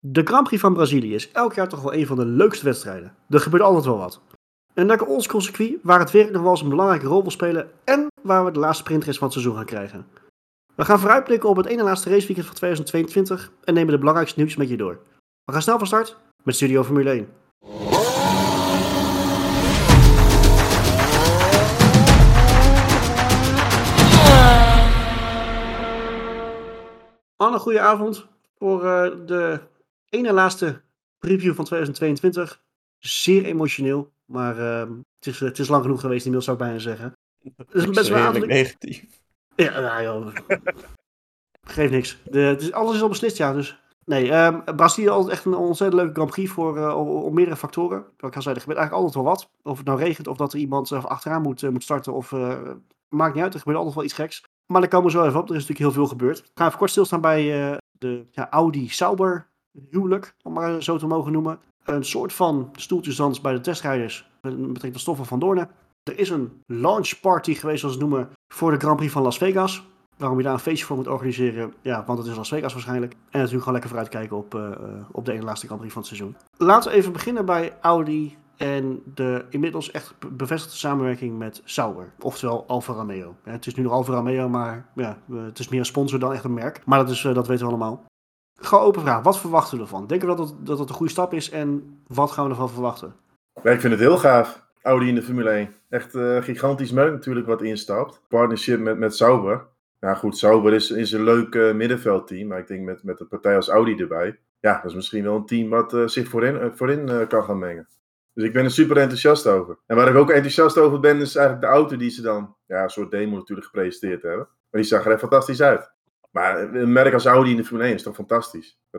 De Grand Prix van Brazilië is elk jaar toch wel een van de leukste wedstrijden. Er gebeurt altijd wel wat. Een lekker oldschool circuit waar het werk nog wel eens een belangrijke rol wil spelen en waar we de laatste sprintrace van het seizoen gaan krijgen. We gaan vooruitblikken op het ene laatste raceweekend van 2022 en nemen de belangrijkste nieuws met je door. We gaan snel van start met Studio Formule 1. Anne, goeie avond voor de ene laatste preview van 2022. Zeer emotioneel, maar het is lang genoeg geweest inmiddels, zou ik bijna zeggen. Het is best wel redelijk negatief. Ja, nou joh. Geeft niks. Alles is al beslist, ja. Dus nee, Brazilië is altijd echt een ontzettend leuke Grand Prix om meerdere factoren. Wat ik al zei, er gebeurt eigenlijk altijd wel wat. Of het nou regent of dat er iemand achteraan moet starten of maakt niet uit. Er gebeurt altijd wel iets geks. Maar daar komen we zo even op. Er is natuurlijk heel veel gebeurd. Ik ga even kort stilstaan bij de Audi Sauber huwelijk, om maar zo te mogen noemen. Een soort van stoeltjesdans bij de testrijders met betrekking tot Stoffel Vandoorne. Er is een launch party geweest, zoals ze het noemen, voor de Grand Prix van Las Vegas. Waarom je daar een feestje voor moet organiseren, ja, want het is Las Vegas waarschijnlijk. En natuurlijk gewoon lekker vooruitkijken op de ene laatste Grand Prix van het seizoen. Laten we even beginnen bij Audi en de inmiddels echt bevestigde samenwerking met Sauber. Oftewel Alfa Romeo. Ja, het is nu nog Alfa Romeo, maar ja, het is meer een sponsor dan echt een merk. Maar dat weten we allemaal. Gewoon open vraag, wat verwachten we ervan? Denken we dat het een goede stap is en wat gaan we ervan verwachten? Ja, ik vind het heel gaaf. Audi in de Formule 1. Echt gigantisch merk natuurlijk wat instapt. Partnership met Sauber. Nou goed, Sauber is een leuk middenveldteam. Maar ik denk met een partij als Audi erbij. Ja, dat is misschien wel een team wat zich voorin kan gaan mengen. Dus ik ben er super enthousiast over. En waar ik ook enthousiast over ben, is eigenlijk de auto die ze dan, ja, een soort demo natuurlijk gepresenteerd hebben. Maar die zag er echt fantastisch uit. Maar een merk als Audi in de Formule 1 is toch fantastisch? Ja.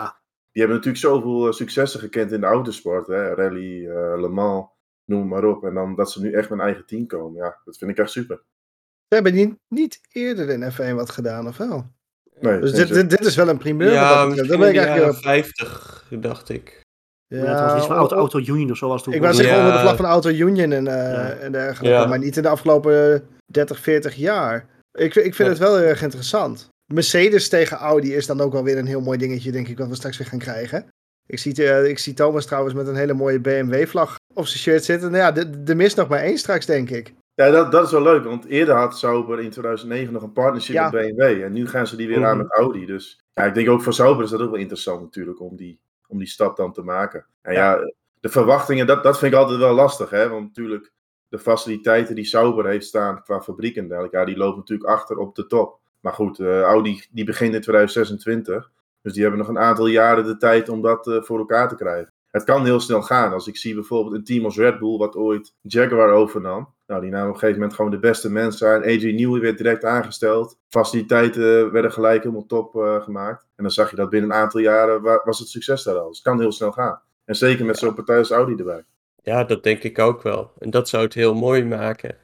Die hebben natuurlijk zoveel successen gekend in de autosport. Hè? Rally, Le Mans, noem maar op. En dan dat ze nu echt met een eigen team komen. Ja, dat vind ik echt super. Ze hebben niet eerder in F1 wat gedaan, of wel? Nee, dus dit is wel een primeur. Ja, misschien in de jaren 50, dacht ik. Ja, het was iets van Auto Union of zo was het. Ik wou zeggen onder de vlag van Auto Union en dergelijke. Ja. Maar niet in de afgelopen 30, 40 jaar. Ik vind het wel heel erg interessant. Mercedes tegen Audi is dan ook wel weer een heel mooi dingetje, denk ik, wat we straks weer gaan krijgen. Ik zie Thomas trouwens met een hele mooie BMW-vlag op zijn shirt zitten. Nou ja, er mist nog maar één straks, denk ik. Ja, dat is wel leuk, want eerder had Sauber in 2009 nog een partnership met BMW. En nu gaan ze die weer aan met Audi. Dus ja, ik denk ook voor Sauber is dat ook wel interessant natuurlijk, om die stap dan te maken. En ja, de verwachtingen, dat vind ik altijd wel lastig, hè. Want natuurlijk, de faciliteiten die Sauber heeft staan qua fabriek en dergelijke, ja, die lopen natuurlijk achter op de top. Maar goed, Audi die begint in 2026. Dus die hebben nog een aantal jaren de tijd om dat voor elkaar te krijgen. Het kan heel snel gaan. Als ik zie bijvoorbeeld een team als Red Bull, wat ooit Jaguar overnam. Nou, die namen op een gegeven moment gewoon de beste mensen aan. AJ Newey werd direct aangesteld. Faciliteiten werden gelijk helemaal top gemaakt. En dan zag je dat binnen een aantal jaren was het succes daar al. Dus het kan heel snel gaan. En zeker met zo'n partij als Audi erbij. Ja, dat denk ik ook wel. En dat zou het heel mooi maken.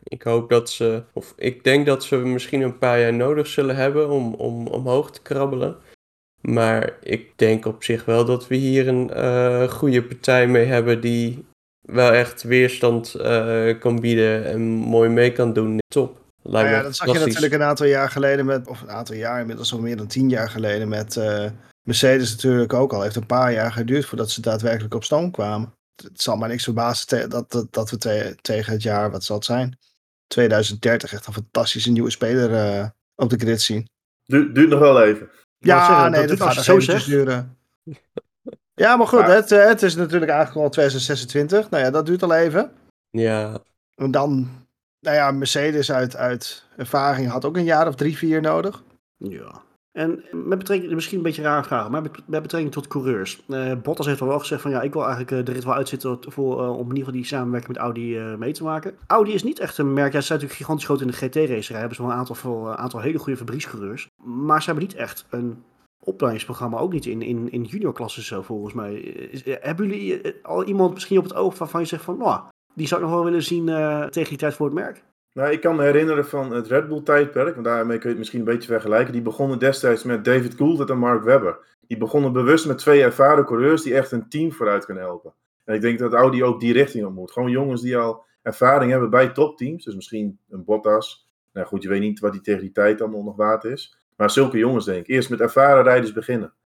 Ik denk dat ze misschien een paar jaar nodig zullen hebben om omhoog te krabbelen. Maar ik denk op zich wel dat we hier een goede partij mee hebben die wel echt weerstand kan bieden en mooi mee kan doen. Top. Dat zag je natuurlijk een aantal jaar geleden inmiddels al meer dan 10 jaar geleden met Mercedes natuurlijk ook al. Het heeft een paar jaar geduurd voordat ze daadwerkelijk op stoom kwamen. Het zal mij niks verbazen dat we tegen het jaar, wat zal het zijn, 2030 echt een fantastische nieuwe speler op de grid zien. Duurt nog wel even. Ja, nee, dat gaat nog eventjes duren. Ja, maar goed, het is natuurlijk eigenlijk al 2026. Nou ja, dat duurt al even. Ja. En dan, nou ja, Mercedes uit ervaring had ook een jaar of 3, 4 nodig. Ja. En met betrekking, misschien een beetje een rare vraag, maar met betrekking tot coureurs. Bottas heeft al wel gezegd van ja, ik wil eigenlijk de rit wel uitzitten om in ieder geval die samenwerking met Audi mee te maken. Audi is niet echt een merk, ja, ze zijn natuurlijk gigantisch groot in de GT-racerij, hebben ze wel een aantal hele goede fabriekscoureurs. Maar ze hebben niet echt een opleidingsprogramma, ook niet in juniorklassen zo volgens mij. Hebben jullie al iemand misschien op het oog waarvan je zegt van, nou, die zou ik nog wel willen zien tegen die tijd voor het merk? Nou, ik kan me herinneren van het Red Bull tijdperk, want daarmee kun je het misschien een beetje vergelijken. Die begonnen destijds met David Coulthard en Mark Webber. Die begonnen bewust met 2 ervaren coureurs die echt een team vooruit kunnen helpen. En ik denk dat Audi ook die richting op moet. Gewoon jongens die al ervaring hebben bij topteams. Dus misschien een Bottas. Nou goed, je weet niet wat die tegen die tijd allemaal nog waard is. Maar zulke jongens denk ik. Eerst met ervaren rijders beginnen.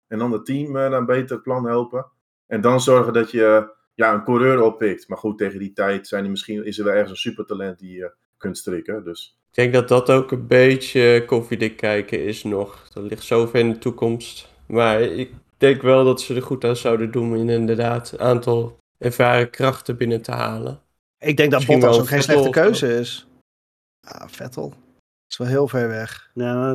En dan het team naar een beter plan helpen. En dan zorgen dat je een coureur oppikt. Maar goed, tegen die tijd is er wel ergens een supertalent die je kunt strikken. Dus. Ik denk dat dat ook een beetje koffiedik kijken is nog. Dat ligt zo ver in de toekomst. Maar ik denk wel dat ze er goed aan zouden doen om inderdaad een aantal ervaren krachten binnen te halen. Ik denk dat Misschien Bottas wel ook geen Vettel slechte of keuze is. Vettel. Dat is wel heel ver weg. Ja,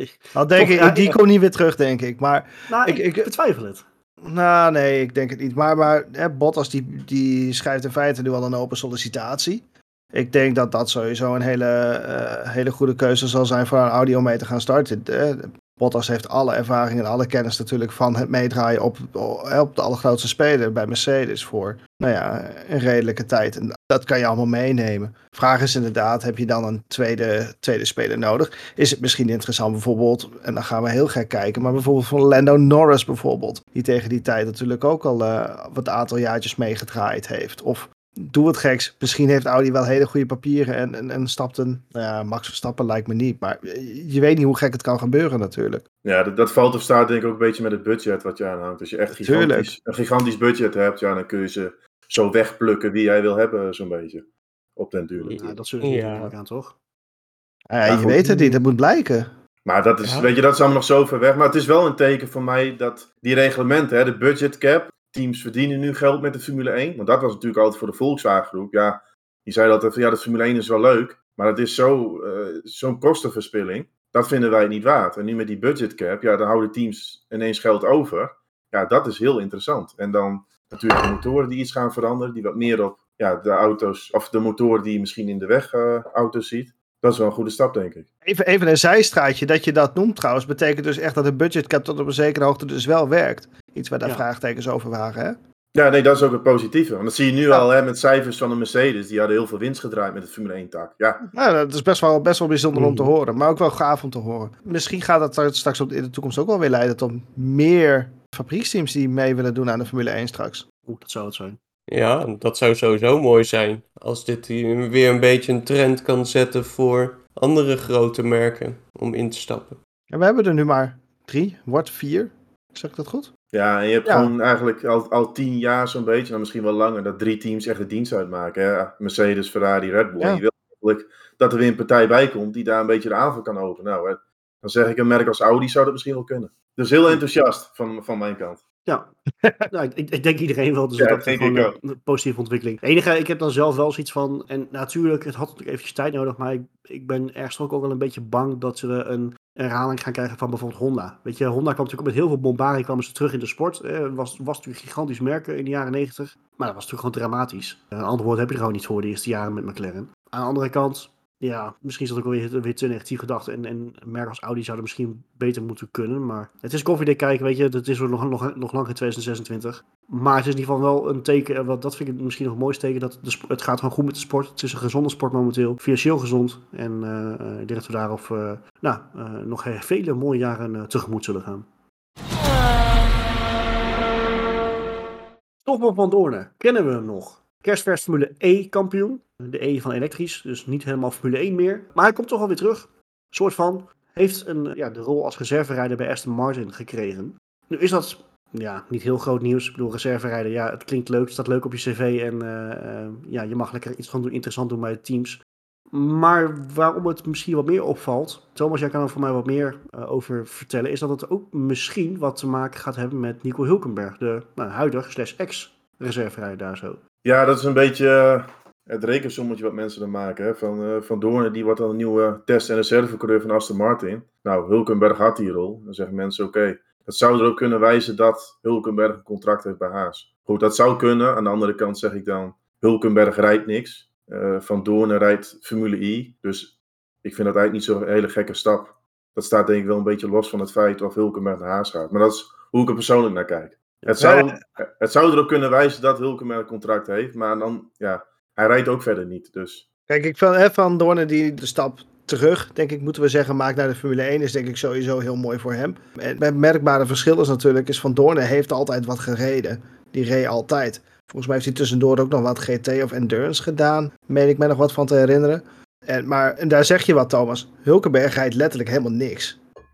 Die komt niet weer terug, denk ik. Maar ik betwijfel het. Nou, nee, ik denk het niet. Maar Bottas die schrijft in feite nu al een open sollicitatie. Ik denk dat dat sowieso een hele goede keuze zal zijn voor een Audi om mee te gaan starten. Bottas heeft alle ervaring en alle kennis natuurlijk van het meedraaien op de allergrootste speler bij Mercedes voor een redelijke tijd. En dat kan je allemaal meenemen. Vraag is inderdaad, heb je dan een tweede speler nodig? Is het misschien interessant bijvoorbeeld, en dan gaan we heel gek kijken, maar bijvoorbeeld van Lando Norris bijvoorbeeld, die tegen die tijd natuurlijk ook al wat aantal jaartjes meegedraaid heeft. Of doe het geks. Misschien heeft Audi wel hele goede papieren en stapt Max Verstappen lijkt me niet. Maar je weet niet hoe gek het kan gebeuren natuurlijk. Ja, dat valt of staat denk ik ook een beetje met het budget wat je aanhangt. Als je echt een gigantisch budget hebt, dan kun je ze zo wegplukken wie jij wil hebben, zo'n beetje. Op den duur. Ja, dat zullen ze niet aan, toch? Je weet het niet, het moet blijken. Maar dat is, weet je, dat is allemaal nog zo ver weg. Maar het is wel een teken voor mij dat die reglementen, de budget cap, teams verdienen nu geld met de Formule 1. Want dat was natuurlijk altijd voor de Volkswagen groep. Ja, die zei altijd, de Formule 1 is wel leuk. Maar het is zo'n kostenverspilling. Dat vinden wij niet waard. En nu met die budget cap, dan houden teams ineens geld over. Ja, dat is heel interessant. En dan natuurlijk de motoren die iets gaan veranderen. Die wat meer op de auto's, of de motoren die je misschien in de weg auto's ziet. Dat is wel een goede stap, denk ik. Even een zijstraatje dat je dat noemt trouwens. Betekent dus echt dat de budgetcap tot op een zekere hoogte dus wel werkt. Iets waar daar vraagtekens over waren, hè? Ja, nee, dat is ook het positieve. Want dat zie je nu al met cijfers van de Mercedes. Die hadden heel veel winst gedraaid met het Formule 1-tak. Ja. Dat is best wel bijzonder om te horen. Maar ook wel gaaf om te horen. Misschien gaat dat straks in de toekomst ook wel weer leiden tot meer fabrieksteams die mee willen doen aan de Formule 1 straks. Dat zou het zijn. Ja, dat zou sowieso mooi zijn. Als dit weer een beetje een trend kan zetten voor andere grote merken om in te stappen. En we hebben er nu maar 3, wordt 4. Zeg ik dat goed? Ja, en je hebt gewoon eigenlijk al 10 jaar zo'n beetje, nou misschien wel langer, dat 3 teams echt de dienst uitmaken. Hè? Mercedes, Ferrari, Red Bull. Ja. En je wil eigenlijk dat er weer een partij bij komt die daar een beetje de aanval kan openen. Nou, dan zeg ik een merk als Audi zou dat misschien wel kunnen. Dus heel enthousiast van mijn kant. Ja, ik denk iedereen wel. Dus dat is gewoon een positieve ontwikkeling. Het enige, ik heb dan zelf wel zoiets van, en natuurlijk, het had natuurlijk eventjes tijd nodig, maar ik ben ergens ook wel een beetje bang dat we een herhaling gaan krijgen van bijvoorbeeld Honda. Weet je, Honda kwam natuurlijk met heel veel bombardie, kwamen ze terug in de sport. Was natuurlijk een gigantisch merk in de jaren 90, maar dat was natuurlijk gewoon dramatisch. Een ander woord heb je er gewoon niet voor de eerste jaren met McLaren. Aan de andere kant, ja, misschien is dat ook weer te negatief gedacht. En merken als Audi zouden misschien beter moeten kunnen. Maar het is koffiedik kijken, weet je. Het is nog lang in 2026. Maar het is in ieder geval wel een teken. Dat vind ik misschien nog het mooiste teken. Dat het gaat gewoon goed met de sport. Het is een gezonde sport momenteel. Financieel gezond. En ik denk dat we daarop nog vele mooie jaren tegemoet zullen gaan. Stoffel van Doornen. Kennen we hem nog? Kerstvers Formule E-kampioen. De E van elektrisch, dus niet helemaal Formule 1 meer. Maar hij komt toch alweer terug. Soort van. Heeft de rol als reserverijder bij Aston Martin gekregen. Nu is dat niet heel groot nieuws. Ik bedoel, reserverijder, het klinkt leuk. Het staat leuk op je cv. En je mag lekker iets van doen, interessant doen bij de teams. Maar waarom het misschien wat meer opvalt. Thomas, jij kan er voor mij wat meer over vertellen. Is dat het ook misschien wat te maken gaat hebben met Nico Hülkenberg. De huidige / ex-reserverijder daar zo. Ja, dat is een beetje het rekensommetje wat mensen dan maken. Hè? Van Doornen, die wordt dan een nieuwe test- en reservecoureur van Aston Martin. Nou, Hülkenberg had die rol. Dan zeggen mensen, oké, dat zou er ook kunnen wijzen dat Hülkenberg een contract heeft bij Haas. Goed, dat zou kunnen. Aan de andere kant zeg ik dan, Hülkenberg rijdt niks. Van Doornen rijdt Formule I. Dus ik vind dat eigenlijk niet zo'n hele gekke stap. Dat staat denk ik wel een beetje los van het feit of Hülkenberg naar Haas gaat. Maar dat is hoe ik er persoonlijk naar kijk. Het zou er ook kunnen wijzen dat Hülkenberg een contract heeft. Maar dan, hij rijdt ook verder niet. Dus. Kijk, ik vind Van Doornen die de stap terug, denk ik, moeten we zeggen, maakt naar de Formule 1 is denk ik sowieso heel mooi voor hem. En het merkbare verschil is natuurlijk, Van Doornen heeft altijd wat gereden. Die reed altijd. Volgens mij heeft hij tussendoor ook nog wat GT of Endurance gedaan. Meen ik mij nog wat van te herinneren. En daar zeg je wat, Thomas. Hülkenberg rijdt letterlijk helemaal niks.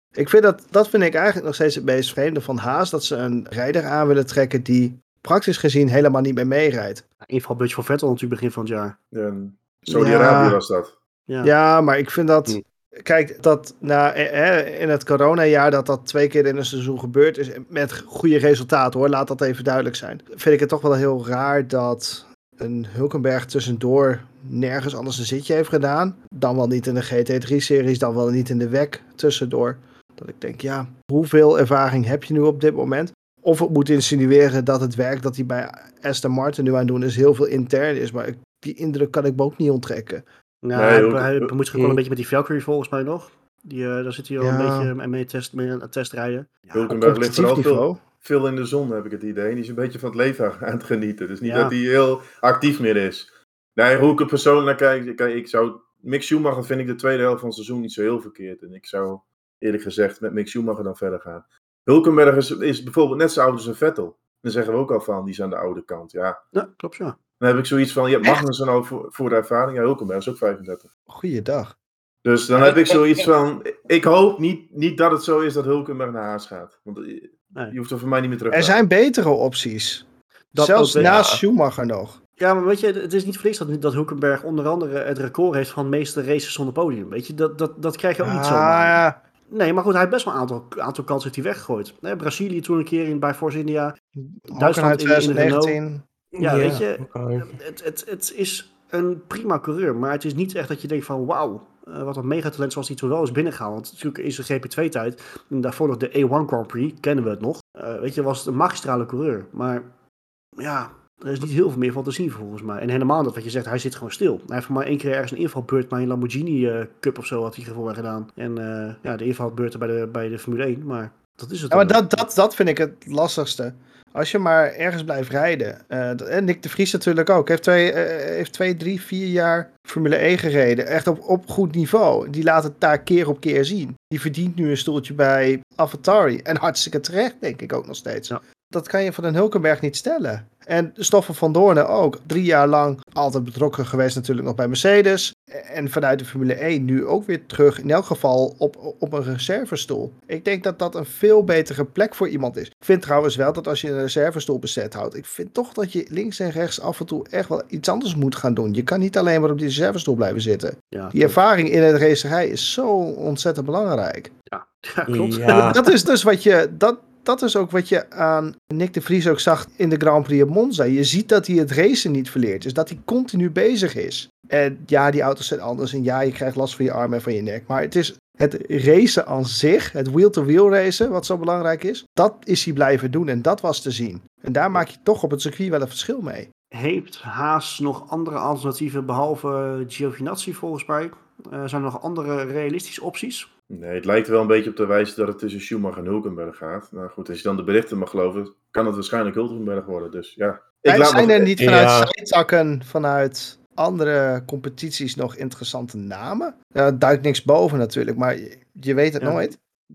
Dat vind ik eigenlijk nog steeds het meest vreemde van Haas. Dat ze een rijder aan willen trekken die praktisch gezien helemaal niet meer meerijdt. Invalbeurtje voor Vettel natuurlijk begin van het jaar. Ja, Saudi-Arabië was dat. Ja, maar ik vind dat... Kijk, dat in het coronajaar dat 2 keer in een seizoen gebeurd is met goede resultaten hoor, laat dat even duidelijk zijn. Vind ik het toch wel heel raar dat een Hülkenberg tussendoor nergens anders een zitje heeft gedaan. Dan wel niet in de GT3-series, dan wel niet in de WEC tussendoor. Dat ik denk, ja, hoeveel ervaring heb je nu op dit moment? Of het moet insinueren dat het werk dat hij bij Aston Martin nu aan het doen is heel veel intern is. Maar die indruk kan ik me ook niet onttrekken. Nou, hij bemoeit zich ook wel een beetje met die Valkyrie volgens mij nog. Daar zit hij al een beetje mee aan het testrijden. Hülkenberg ligt vooral veel in de zon, heb ik het idee. Die is een beetje van het leven aan het genieten. Dus niet dat hij heel actief meer is. Nee, hoe ik er persoonlijk naar kijk, Mick Schumacher vind ik de tweede helft van het seizoen niet zo heel verkeerd. En ik zou eerlijk gezegd met Mick Schumacher dan verder gaan. Hülkenberg is bijvoorbeeld net zo oud als een Vettel. Dan zeggen we ook al van, die is aan de oude kant. Ja, klopt ja. Dan heb ik zoiets van, je hebt Magnussen al voor de ervaring. Ja, Hülkenberg is ook 35. Goeiedag. Dus dan heb ik zoiets van, ik hoop niet dat het zo is dat Hülkenberg naar Haas gaat. Want je hoeft er voor mij niet meer terug te gaan. Er zijn betere opties. Zelfs naast Schumacher nog. Ja, maar weet je, het is niet voor niks dat Hülkenberg onder andere het record heeft van de meeste races zonder podium. Weet je, dat krijg je ook niet zomaar. Nee, maar goed, hij heeft best wel een aantal kansen heeft hij weggegooid. Brazilië toen een keer bij Force India. Duitsland in Renault. Ja, weet je, het is een prima coureur, maar het is niet echt dat je denkt van wauw, wat een megatalent zoals hij toen wel is binnengehaald. Want natuurlijk is de GP2-tijd, en daarvoor nog de A1 Grand Prix, kennen we het nog. Weet je, was het een magistrale coureur. Maar ja, er is niet heel veel meer van te zien volgens mij. En helemaal dat wat je zegt, hij zit gewoon stil. Hij heeft voor mij 1 keer ergens een invalbeurt bij een Lamborghini Cup of zo had hij ervoor gedaan. En de invalbeurten bij de Formule 1, maar dat is het. Ja, maar dat vind ik het lastigste. Als je maar ergens blijft rijden. En Nick de Vries natuurlijk ook. Heeft 2, 3, 4 jaar Formule 1 gereden. Echt op goed niveau. Die laat het daar keer op keer zien. Die verdient nu een stoeltje bij AlphaTauri. En hartstikke terecht, denk ik ook nog steeds. Ja. Dat kan je van een Hülkenberg niet stellen. En Stoffel van Doornen ook. 3 jaar lang altijd betrokken geweest natuurlijk nog bij Mercedes. En vanuit de Formule 1 nu ook weer terug. In elk geval op een reservestoel. Ik denk dat dat een veel betere plek voor iemand is. Ik vind trouwens wel dat als je een reservestoel bezet houdt. Ik vind toch dat je links en rechts af en toe echt wel iets anders moet gaan doen. Je kan niet alleen maar op die reservestoel blijven zitten. Ja, die ervaring in het racerij is zo ontzettend belangrijk. Ja klopt. Ja. Dat is dus wat je... Dat is ook wat je aan Nick de Vries ook zag in de Grand Prix op Monza. Je ziet dat hij het racen niet verleert. Dus dat hij continu bezig is. En ja, die auto's zijn anders. En ja, je krijgt last van je arm en van je nek. Maar het is het racen aan zich, het wheel-to-wheel racen, wat zo belangrijk is. Dat is hij blijven doen en dat was te zien. En daar maak je toch op het circuit wel een verschil mee. Heeft Haas nog andere alternatieven behalve Giovinazzi volgens mij? Zijn er nog andere realistische opties? Nee, het lijkt wel een beetje op de wijze dat het tussen Schumacher en Hülkenberg gaat. Nou goed, als je dan de berichten mag geloven, kan het waarschijnlijk Hülkenberg worden. Dus ja. Zijn er niet vanuit zijtakken, vanuit andere competities nog interessante namen? Ja, duikt niks boven natuurlijk, maar je weet het nooit.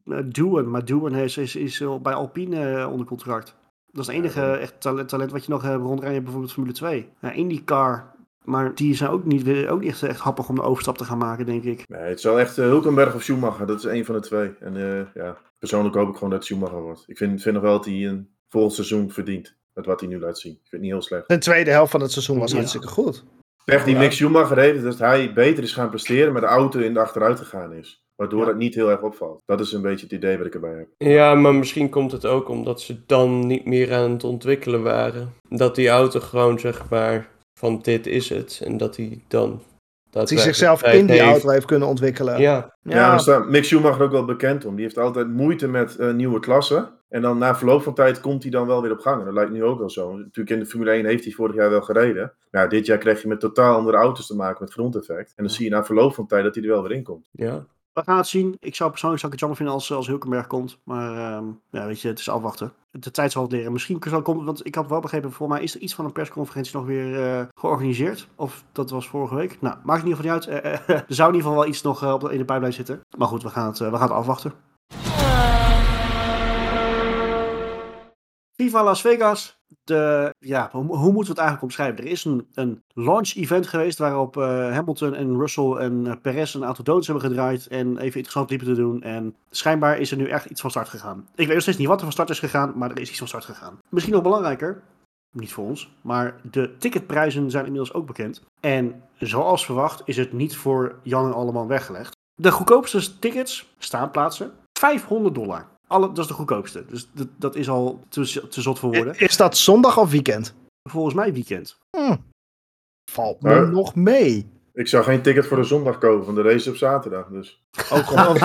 Doohan is bij Alpine onder contract. Dat is het enige echt talent wat je nog rondrijdt, bijvoorbeeld Formule 2. IndyCar. Maar die zijn ook niet echt happig om de overstap te gaan maken, denk ik. Nee, het zal echt Hülkenberg of Schumacher. Dat is één van de twee. En persoonlijk hoop ik gewoon dat het Schumacher wordt. Ik vind nog wel dat hij een volgend seizoen verdient. Met wat hij nu laat zien. Ik vind het niet heel slecht. De tweede helft van het seizoen was hartstikke goed. Pech die Mick Schumacher heeft, dat hij beter is gaan presteren, maar de auto in de achteruit gegaan is. Waardoor het niet heel erg opvalt. Dat is een beetje het idee wat ik erbij heb. Ja, maar misschien komt het ook omdat ze dan niet meer aan het ontwikkelen waren. Dat die auto gewoon zeg maar van dit is het. En dat hij dan... Dat hij zichzelf in die auto heeft kunnen ontwikkelen. Ja, daar staat Mick Schumacher ook wel bekend om. Die heeft altijd moeite met nieuwe klassen. En dan na verloop van tijd komt hij dan wel weer op gang. En dat lijkt nu ook wel zo. Natuurlijk in de Formule 1 heeft hij vorig jaar wel gereden. Ja, dit jaar krijg je met totaal andere auto's te maken met grondeffect. En dan zie je na verloop van tijd dat hij er wel weer in komt. Ja. We gaan het zien. Ik zou persoonlijk het jammer vinden als Hülkenberg komt. Maar weet je, het is afwachten. De tijd zal het leren. Misschien zal het komen, want ik had wel begrepen, voor mij is er iets van een persconferentie nog weer georganiseerd. Of dat was vorige week. Nou, maakt in ieder geval niet uit. Er zou in ieder geval wel iets nog in de pijplijn zitten. Maar goed, we gaan het afwachten. Viva Las Vegas. Hoe moeten we het eigenlijk omschrijven? Er is een launch-event geweest waarop Hamilton en Russell en Perez een aantal donuts hebben gedraaid en even interessant liepen te doen. En schijnbaar is er nu echt iets van start gegaan. Ik weet nog steeds niet wat er van start is gegaan, maar er is iets van start gegaan. Misschien nog belangrijker, niet voor ons, maar de ticketprijzen zijn inmiddels ook bekend. En zoals verwacht is het niet voor Jan en Alleman weggelegd. De goedkoopste tickets, staanplaatsen, $500. Dat is de goedkoopste. Dus dat is al te zot voor woorden. Is dat zondag of weekend? Volgens mij weekend. Valt me nog mee. Ik zou geen ticket voor de zondag kopen, van de race op zaterdag. Dus. Ook gewoon.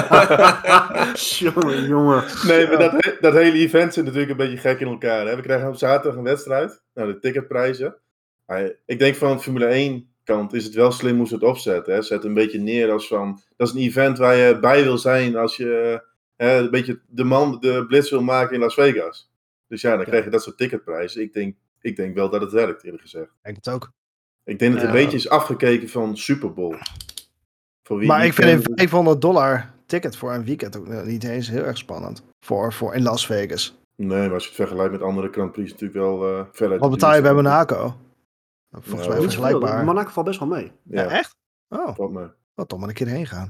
jongen. Nee, maar dat hele event zit natuurlijk een beetje gek in elkaar. Hè? We krijgen op zaterdag een wedstrijd. Nou, de ticketprijzen. Ik denk van de Formule 1 kant is het wel slim hoe ze het opzetten. Hè? Zet een beetje neer als van... Dat is een event waar je bij wil zijn als je een beetje de blitz wil maken in Las Vegas. Dus ja, dan krijg je dat soort ticketprijzen. Ik denk wel dat het werkt, eerlijk gezegd. Ik denk het ook. Ik denk dat het een beetje is afgekeken van Super Bowl. Maar ik vind een $500 ticket voor een weekend ook niet eens heel erg spannend. Voor in Las Vegas. Nee, maar als je het vergelijkt met andere Grand Prix natuurlijk wel verder. Wat betaal je bij Monaco? Volgens mij vergelijkbaar. Monaco valt best wel mee. Ja, echt? Oh, valt mee. Wat toch maar een keer heen gaan.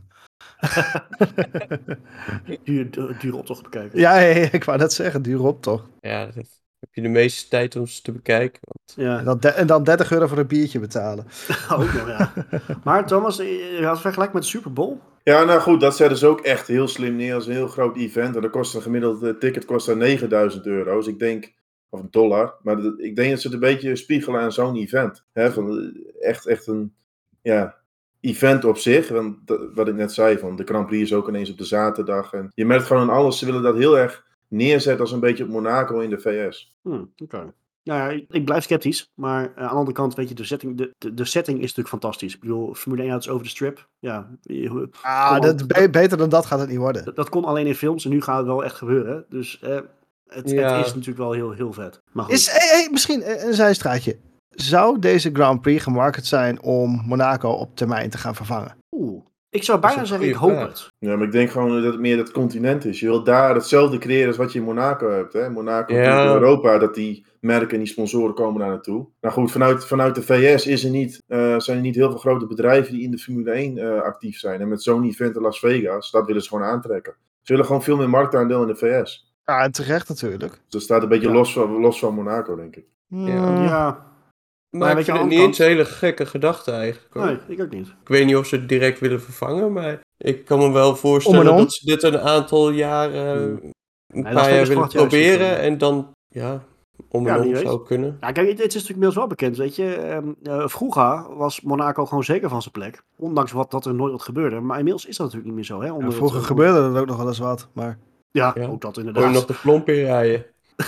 Duur optocht bekijken. Ja, ik wou net zeggen, duur optocht. Ja, dat heb je de meeste tijd om ze te bekijken. Want... Ja. En dan €30 voor een biertje betalen. Ook nog, ja. Maar Thomas, je had het vergelijk met de Super Bowl? Ja, nou goed, dat zetten ze ook echt heel slim neer als een heel groot event. En dan kost een gemiddelde ticket €9.000. Dus ik denk, of $1, maar ik denk dat ze het een beetje spiegelen aan zo'n event. Hè, van echt een event op zich. Want wat ik net zei, van de Grand Prix is ook ineens op de zaterdag. En je merkt gewoon aan alles, ze willen dat heel erg neerzetten als een beetje op Monaco in de VS. Oké. Nou ja, ik blijf sceptisch, maar aan de andere kant, weet je, de setting is natuurlijk fantastisch. Ik bedoel, Formule 1 is over de strip. Ja, beter dan dat gaat het niet worden. Dat kon alleen in films en nu gaat het wel echt gebeuren. Dus het is natuurlijk wel heel, heel vet. Maar goed. Misschien een zijstraatje. Zou deze Grand Prix gemarket zijn om Monaco op termijn te gaan vervangen? Ik zou bijna zeggen, ik hoop het. Ja, maar ik denk gewoon dat het meer dat continent is. Je wilt daar hetzelfde creëren als wat je in Monaco hebt. Hè? Monaco, Europa, dat die merken en die sponsoren komen daar naartoe. Nou goed, vanuit de VS zijn er niet heel veel grote bedrijven die in de Formule 1 actief zijn. En met zo'n event in Las Vegas, dat willen ze gewoon aantrekken. Ze willen gewoon veel meer marktaandeel in de VS. Ja, en terecht natuurlijk. Dus dat staat een beetje los van Monaco, denk ik. Ja. Maar ik vind het niet eens een hele gekke gedachte eigenlijk. Hoor. Nee, ik ook niet. Ik weet niet of ze het direct willen vervangen, maar ik kan me wel voorstellen dat ze dit een aantal jaren, een paar jaar willen proberen. En dan, om en om zou kunnen. Ja, kijk, het is natuurlijk inmiddels wel bekend, weet je. Vroeger was Monaco gewoon zeker van zijn plek. Ondanks dat er nooit wat gebeurde. Maar inmiddels is dat natuurlijk niet meer zo. Hè, vroeger gebeurde er ook nog wel eens wat, maar... Ja, ook dat inderdaad. Kon je nog de plomp inrijden.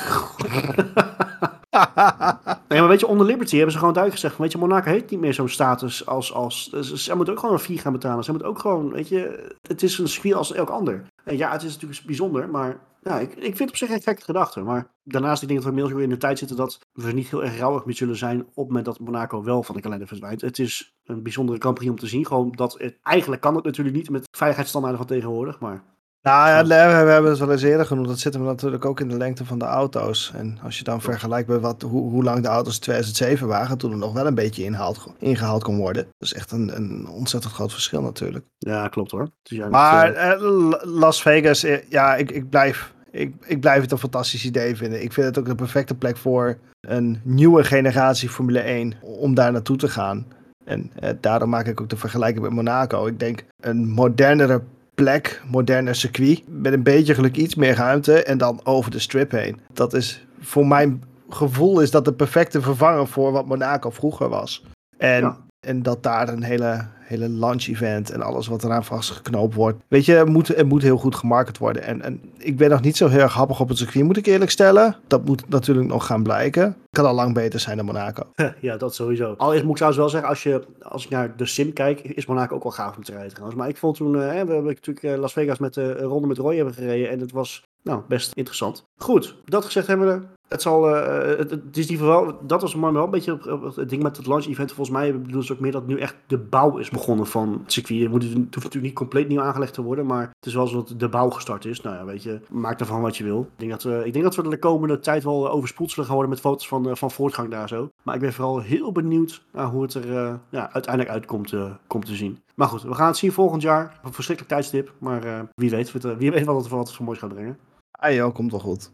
Nee, maar weet je, onder Liberty hebben ze gewoon duidelijk gezegd van, weet je, Monaco heeft niet meer zo'n status als ze moeten ook gewoon een fee gaan betalen. Ze moeten ook gewoon, weet je, het is een circuit als elk ander. En ja, het is natuurlijk bijzonder, maar ja, ik vind het op zich een gekke gedachte. Maar daarnaast, ik denk dat we inmiddels in de tijd zitten dat we niet heel erg rauwig mee zullen zijn op het moment dat Monaco wel van de kalender verdwijnt. Het is een bijzondere Grand Prix om te zien. Gewoon eigenlijk kan het natuurlijk niet met veiligheidsstandaarden van tegenwoordig, maar... Nou ja, we hebben het wel eens eerder genoemd. Dat zit hem natuurlijk ook in de lengte van de auto's. En als je dan vergelijkt met hoe lang de auto's in 2007 waren, toen er nog wel een beetje ingehaald kon worden. Dat is echt een ontzettend groot verschil natuurlijk. Ja, klopt hoor. Maar Las Vegas, ik blijf het een fantastisch idee vinden. Ik vind het ook de perfecte plek voor een nieuwe generatie Formule 1 om daar naartoe te gaan. En daarom maak ik ook de vergelijking met Monaco. Ik denk een modernere plek, moderne circuit, met een beetje geluk iets meer ruimte en dan over de strip heen. Dat is, voor mijn gevoel is dat de perfecte vervanger voor wat Monaco vroeger was. En dat daar een hele launch event en alles wat eraan vastgeknoopt wordt. Weet je, het moet heel goed gemarket worden. En ik ben nog niet zo heel erg happig op het circuit, moet ik eerlijk stellen. Dat moet natuurlijk nog gaan blijken. Kan al lang beter zijn dan Monaco. Ja, dat sowieso. Allereerst moet ik trouwens wel zeggen, als ik naar de sim kijk, is Monaco ook wel gaaf om te rijden trouwens. Maar ik vond toen, we hebben natuurlijk Las Vegas met de ronde met Roy hebben gereden en het was best interessant. Goed, dat gezegd hebben we. Het is in ieder geval wel, dat was maar wel een beetje het ding met het launch event. Volgens mij bedoelen ze ook meer dat nu echt de bouw is begonnen van het circuit. Het hoeft natuurlijk niet compleet nieuw aangelegd te worden, maar het is wel zo dat de bouw gestart is. Nou ja, weet je, maak ervan wat je wil. Ik denk dat we de komende tijd wel overspoeld zullen gaan worden met foto's van voortgang daar zo. Maar ik ben vooral heel benieuwd naar hoe het er uiteindelijk uitkomt te zien. Maar goed, we gaan het zien volgend jaar. Een verschrikkelijk tijdstip, maar wie weet wat het voor moois gaat brengen. Ah joh, komt wel goed.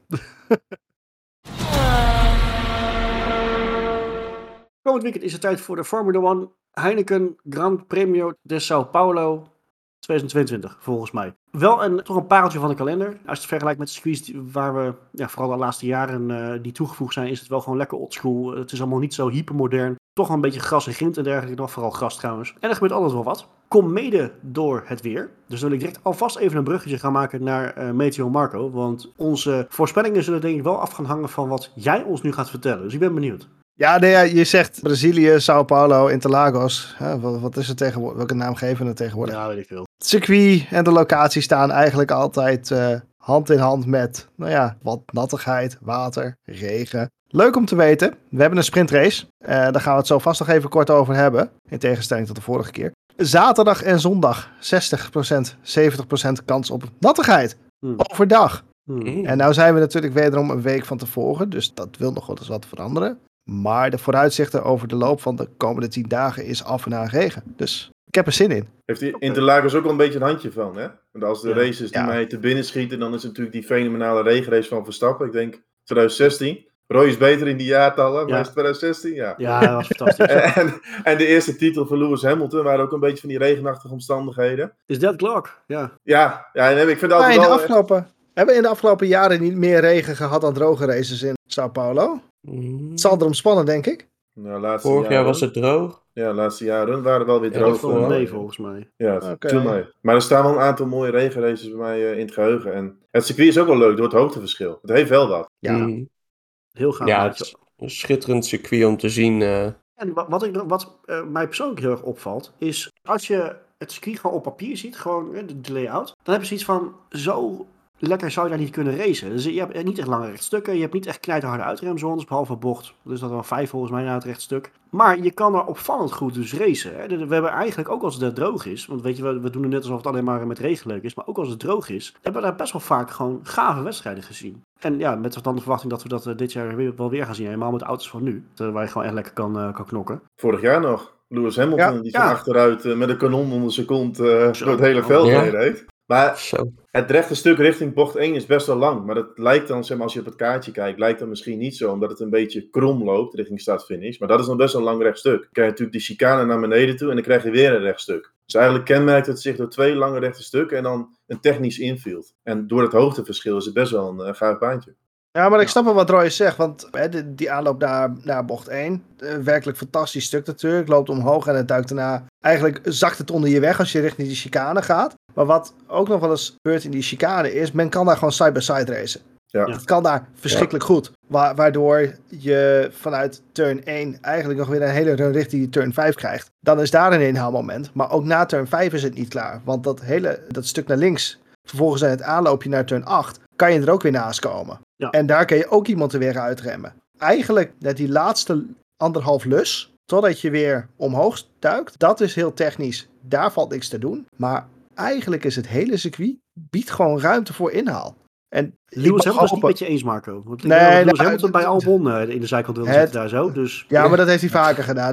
Komend weekend is het tijd voor de Formula 1 Heineken Gran Premio de Sao Paulo 2022, volgens mij. Wel toch een pareltje van de kalender. Als je het vergelijkt met de circuits waar we vooral de laatste jaren die toegevoegd zijn, is het wel gewoon lekker oldschool. Het is allemaal niet zo hypermodern. Toch wel een beetje gras en grind en dergelijke. Nog vooral gras trouwens. En er gebeurt altijd wel wat. Kom mede door het weer. Dus dan wil ik direct alvast even een bruggetje gaan maken naar Meteo Marco. Want onze voorspellingen zullen denk ik wel af gaan hangen van wat jij ons nu gaat vertellen. Dus ik ben benieuwd. Ja, je zegt Brazilië, Sao Paulo, Interlagos. Wat is het tegenwoordig? Welke naam geven we het tegenwoordig? Ja, weet ik veel. Het circuit en de locatie staan eigenlijk altijd hand in hand met, wat nattigheid, water, regen. Leuk om te weten. We hebben een sprintrace. Daar gaan we het zo vast nog even kort over hebben. In tegenstelling tot de vorige keer. Zaterdag en zondag 60%, 70% kans op nattigheid. Overdag. En nou zijn we natuurlijk wederom een week van tevoren. Dus dat wil nog wel eens wat veranderen. Maar de vooruitzichten over de loop van de komende 10 dagen is af en aan regen. Dus ik heb er zin in. Heeft die Interlagos ook wel een beetje een handje van, hè? Want als de races die mij te binnen schieten, dan is het natuurlijk die fenomenale regenrace van Verstappen. Ik denk 2016. Roy is beter in die jaartallen, maar is 2016? Ja, dat was fantastisch. en de eerste titel van Lewis Hamilton waren ook een beetje van die regenachtige omstandigheden. Is dat Clark? Ja. Ja, ik vind het altijd hebben we in de afgelopen jaren niet meer regen gehad dan droge races in Sao Paulo? Het zal erom spannen, denk ik. Nou, vorig jaar was het droog. Ja, de laatste jaren waren wel weer droog. Dat valt mee volgens mij. Ja, toen mee. Maar er staan wel een aantal mooie regenraces bij mij in het geheugen. En het circuit is ook wel leuk door het hoogteverschil. Het heeft wel wat. Ja, heel gaaf. Ja, het is een schitterend circuit om te zien. En wat mij persoonlijk heel erg opvalt, is als je het circuit gewoon op papier ziet, gewoon de layout, dan heb je zoiets van, zo lekker zou je daar niet kunnen racen. Dus je hebt niet echt lange rechtstukken, je hebt niet echt knijterharde uitremzones, behalve bocht. Dus dat er wel 5 volgens mij naar het rechtstuk. Maar je kan er opvallend goed dus racen. Hè. We hebben eigenlijk, ook als het droog is, want weet je, we doen het net alsof het alleen maar met regen leuk is, maar ook als het droog is, hebben we daar best wel vaak gewoon gave wedstrijden gezien. En ja, met dan de verwachting dat we dat dit jaar wel weer gaan zien, helemaal met de auto's van nu, waar je gewoon echt lekker kan knokken. Vorig jaar nog, Lewis Hamilton, die van achteruit met een kanon onder zijn kont door het hele veld heen reed. Maar het rechte stuk richting bocht 1 is best wel lang. Maar dat lijkt dan, zeg maar, als je op het kaartje kijkt, lijkt dat misschien niet zo. Omdat het een beetje krom loopt richting start-finish. Maar dat is nog best wel een lang rechtstuk. Dan krijg je natuurlijk die chicane naar beneden toe en dan krijg je weer een rechtstuk. Dus eigenlijk kenmerkt het zich door 2 lange rechte stukken en dan een technisch infield. En door het hoogteverschil is het best wel een gaaf baantje. Ja, maar ik snap wel wat Roy zegt, want die aanloop naar bocht 1, werkelijk fantastisch stuk natuurlijk, loopt omhoog en het duikt daarna, eigenlijk zakt het onder je weg als je richting die chicane gaat. Maar wat ook nog wel eens gebeurt in die chicane is, men kan daar gewoon side-by-side racen. Ja. Het kan daar verschrikkelijk goed, waardoor je vanuit turn 1 eigenlijk nog weer een hele run richting turn 5 krijgt. Dan is daar een inhaalmoment, maar ook na turn 5 is het niet klaar, want dat stuk naar links, vervolgens het aanloopje naar turn 8, kan je er ook weer naast komen. Ja. En daar kan je ook iemand er weer uitremmen. Eigenlijk net die laatste 1,5 lus, totdat je weer omhoog duikt, dat is heel technisch. Daar valt niks te doen. Maar eigenlijk is het hele circuit, biedt gewoon ruimte voor inhaal. En Lewis Hamilton is niet met je eens, Marco. Want Lewis Hamilton bij Albon in de zijkant wil zitten daar zo. Dus. Ja, maar dat heeft hij vaker gedaan.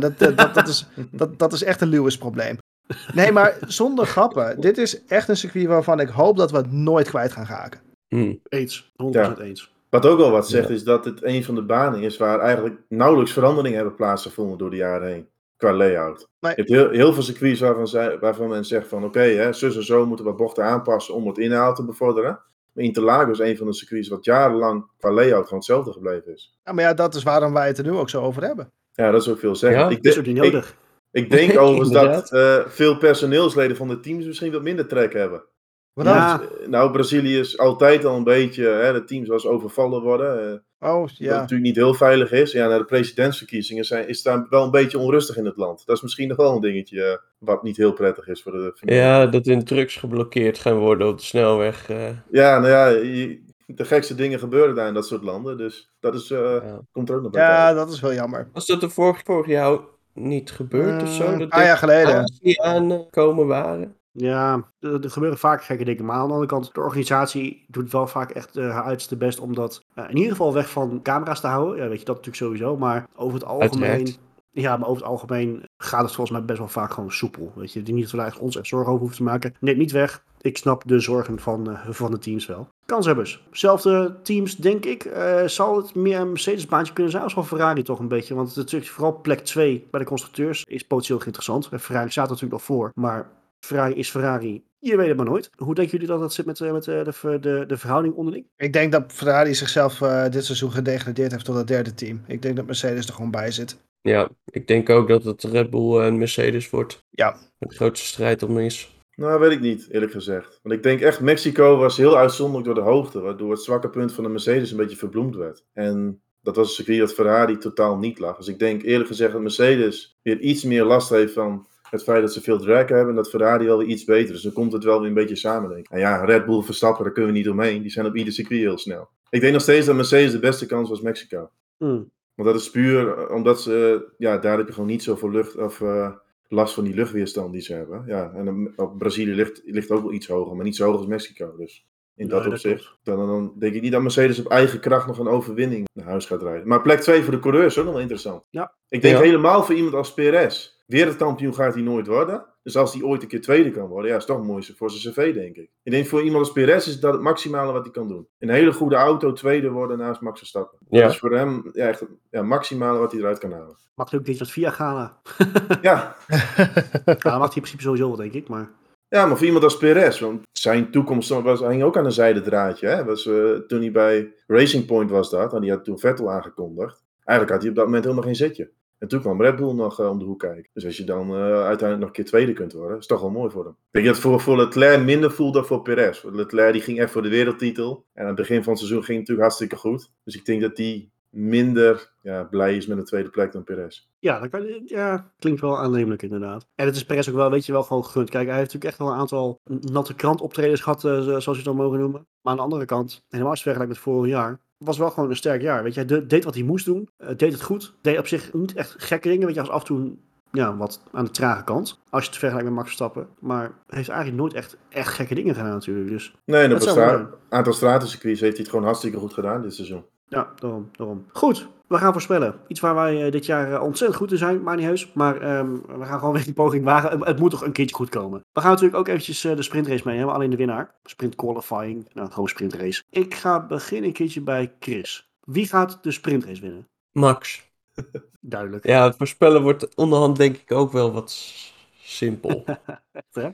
Dat is echt een Lewis probleem. Nee, maar zonder grappen. Dit is echt een circuit waarvan ik hoop dat we het nooit kwijt gaan raken. Eens, 100% eens. Wat ook wel wat zegt is dat het een van de banen is waar eigenlijk nauwelijks veranderingen hebben plaatsgevonden door de jaren heen. Qua layout. Nee. Je hebt heel veel circuits waarvan men zegt van oké, zus en zo moeten we bochten aanpassen om het inhaal te bevorderen. Maar Interlagos is een van de circuits wat jarenlang qua layout gewoon hetzelfde gebleven is. Ja, maar ja, dat is waarom wij het er nu ook zo over hebben. Ja, dat is ook veel zeggen. Ja, is ook niet nodig. Ik denk overigens dat veel personeelsleden van de teams misschien wat minder trek hebben. Nou, Brazilië is altijd al een beetje, de teams als overvallen worden. Dat het natuurlijk niet heel veilig is. Ja, na de presidentsverkiezingen is daar wel een beetje onrustig in het land. Dat is misschien nog wel een dingetje wat niet heel prettig is voor de familie. Ja, dat in trucks geblokkeerd gaan worden op de snelweg. Ja, nou ja, de gekste dingen gebeuren daar in dat soort landen. Dus dat is, komt er ook nog bij Ja, kijken. dat is wel jammer. Was dat er vorig jaar niet gebeurd of zo? Een Dat paar jaar geleden. Azië aankomen waren? Ja, er gebeuren vaak gekke dingen. Maar aan de andere kant, de organisatie doet wel vaak echt haar uiterste best om dat in ieder geval weg van camera's te houden. Ja, weet je, dat natuurlijk sowieso. Maar over het algemeen... Uiteraard. Ja, maar over het algemeen gaat het volgens mij best wel vaak gewoon soepel. Weet je, ik denk niet dat we daar echt ons echt zorgen over hoeven te maken. Neemt niet weg. Ik snap de zorgen van de teams wel. Kanshebbers. Zelfde teams, denk ik. Zal het meer een Mercedes-baantje kunnen zijn? Of wel Ferrari toch een beetje? Want het is natuurlijk vooral plek 2 bij de constructeurs is potentieel interessant. Ferrari staat er natuurlijk nog voor. Maar Ferrari is Ferrari. Je weet het maar nooit. Hoe denken jullie dat dat zit met de verhouding onderling? Ik denk dat Ferrari zichzelf dit seizoen gedegradeerd heeft tot het derde team. Ik denk dat Mercedes er gewoon bij zit. Ja, ik denk ook dat het Red Bull en Mercedes wordt. Ja. De grootste strijd om is. Nou, weet ik niet, eerlijk gezegd. Want ik denk echt, Mexico was heel uitzonderlijk door de hoogte. Waardoor het zwakke punt van de Mercedes een beetje verbloemd werd. En dat was een circuit dat Ferrari totaal niet lag. Dus ik denk eerlijk gezegd dat Mercedes weer iets meer last heeft van het feit dat ze veel drag hebben. En dat Ferrari wel weer iets beter. Dus dan komt het wel weer een beetje samen, denk ik. En ja, Red Bull, Verstappen, daar kunnen we niet omheen. Die zijn op ieder circuit heel snel. Ik denk nog steeds dat Mercedes de beste kans was Mexico. Want dat is puur omdat ze, daar heb je gewoon niet zoveel lucht of last van die luchtweerstand die ze hebben. Ja, en op Brazilië ligt ook wel iets hoger, maar niet zo hoog als Mexico. Dus in dat opzicht, dan denk ik niet dat Mercedes op eigen kracht nog een overwinning naar huis gaat rijden. Maar plek 2 voor de coureurs is ook nog wel interessant. Ja. Ik denk helemaal voor iemand als Perez. Wereldkampioen gaat hij nooit worden. Dus als hij ooit een keer tweede kan worden, is het toch mooi voor zijn cv, denk ik. Ik denk voor iemand als Perez is dat het maximale wat hij kan doen. Een hele goede auto tweede worden naast Max Verstappen. Ja. Dat is voor hem echt het maximale wat hij eruit kan halen. Mag ook iets wat via Ghana. Ja. Dan mag hij in principe sowieso wel, denk ik. Maar voor iemand als Perez, want zijn toekomst hing ook aan een zijden draadje. Hè? Toen hij bij Racing Point was dat, en die had toen Vettel aangekondigd. Eigenlijk had hij op dat moment helemaal geen zetje. En toen kwam Red Bull nog om de hoek kijken. Dus als je dan uiteindelijk nog een keer tweede kunt worden, is toch wel mooi voor hem. Ik denk dat het voor Leclerc minder voelt dan voor Perez. Leclerc die ging echt voor de wereldtitel. En aan het begin van het seizoen ging het natuurlijk hartstikke goed. Dus ik denk dat hij minder blij is met een tweede plek dan Perez. Ja, klinkt wel aannemelijk inderdaad. En het is Perez ook wel, gewoon gegund. Kijk, hij heeft natuurlijk echt wel een aantal natte krantoptredens gehad, zoals je het dan mogen noemen. Maar aan de andere kant, helemaal als je vergelijkt met vorig jaar, was wel gewoon een sterk jaar. Weet je, hij deed wat hij moest doen, deed het goed. Deed op zich niet echt gekke dingen, weet je, als af en toe wat aan de trage kant. Als je het vergelijkt met Max Verstappen. Maar heeft eigenlijk nooit echt gekke dingen gedaan natuurlijk. Dus nee, en op een aantal stratencircuits heeft hij het gewoon hartstikke goed gedaan dit seizoen. Ja, daarom. Goed, we gaan voorspellen. Iets waar wij dit jaar ontzettend goed in zijn, maar niet heus. Maar we gaan gewoon weer die poging wagen. Het moet toch een keertje goed komen. We gaan natuurlijk ook eventjes de sprintrace mee hebben. Alleen de winnaar. Sprint qualifying. Gewoon sprintrace. Ik ga beginnen een keertje bij Chris. Wie gaat de sprintrace winnen? Max. Duidelijk. Ja, het voorspellen wordt onderhand denk ik ook wel wat simpel. Echt, hè?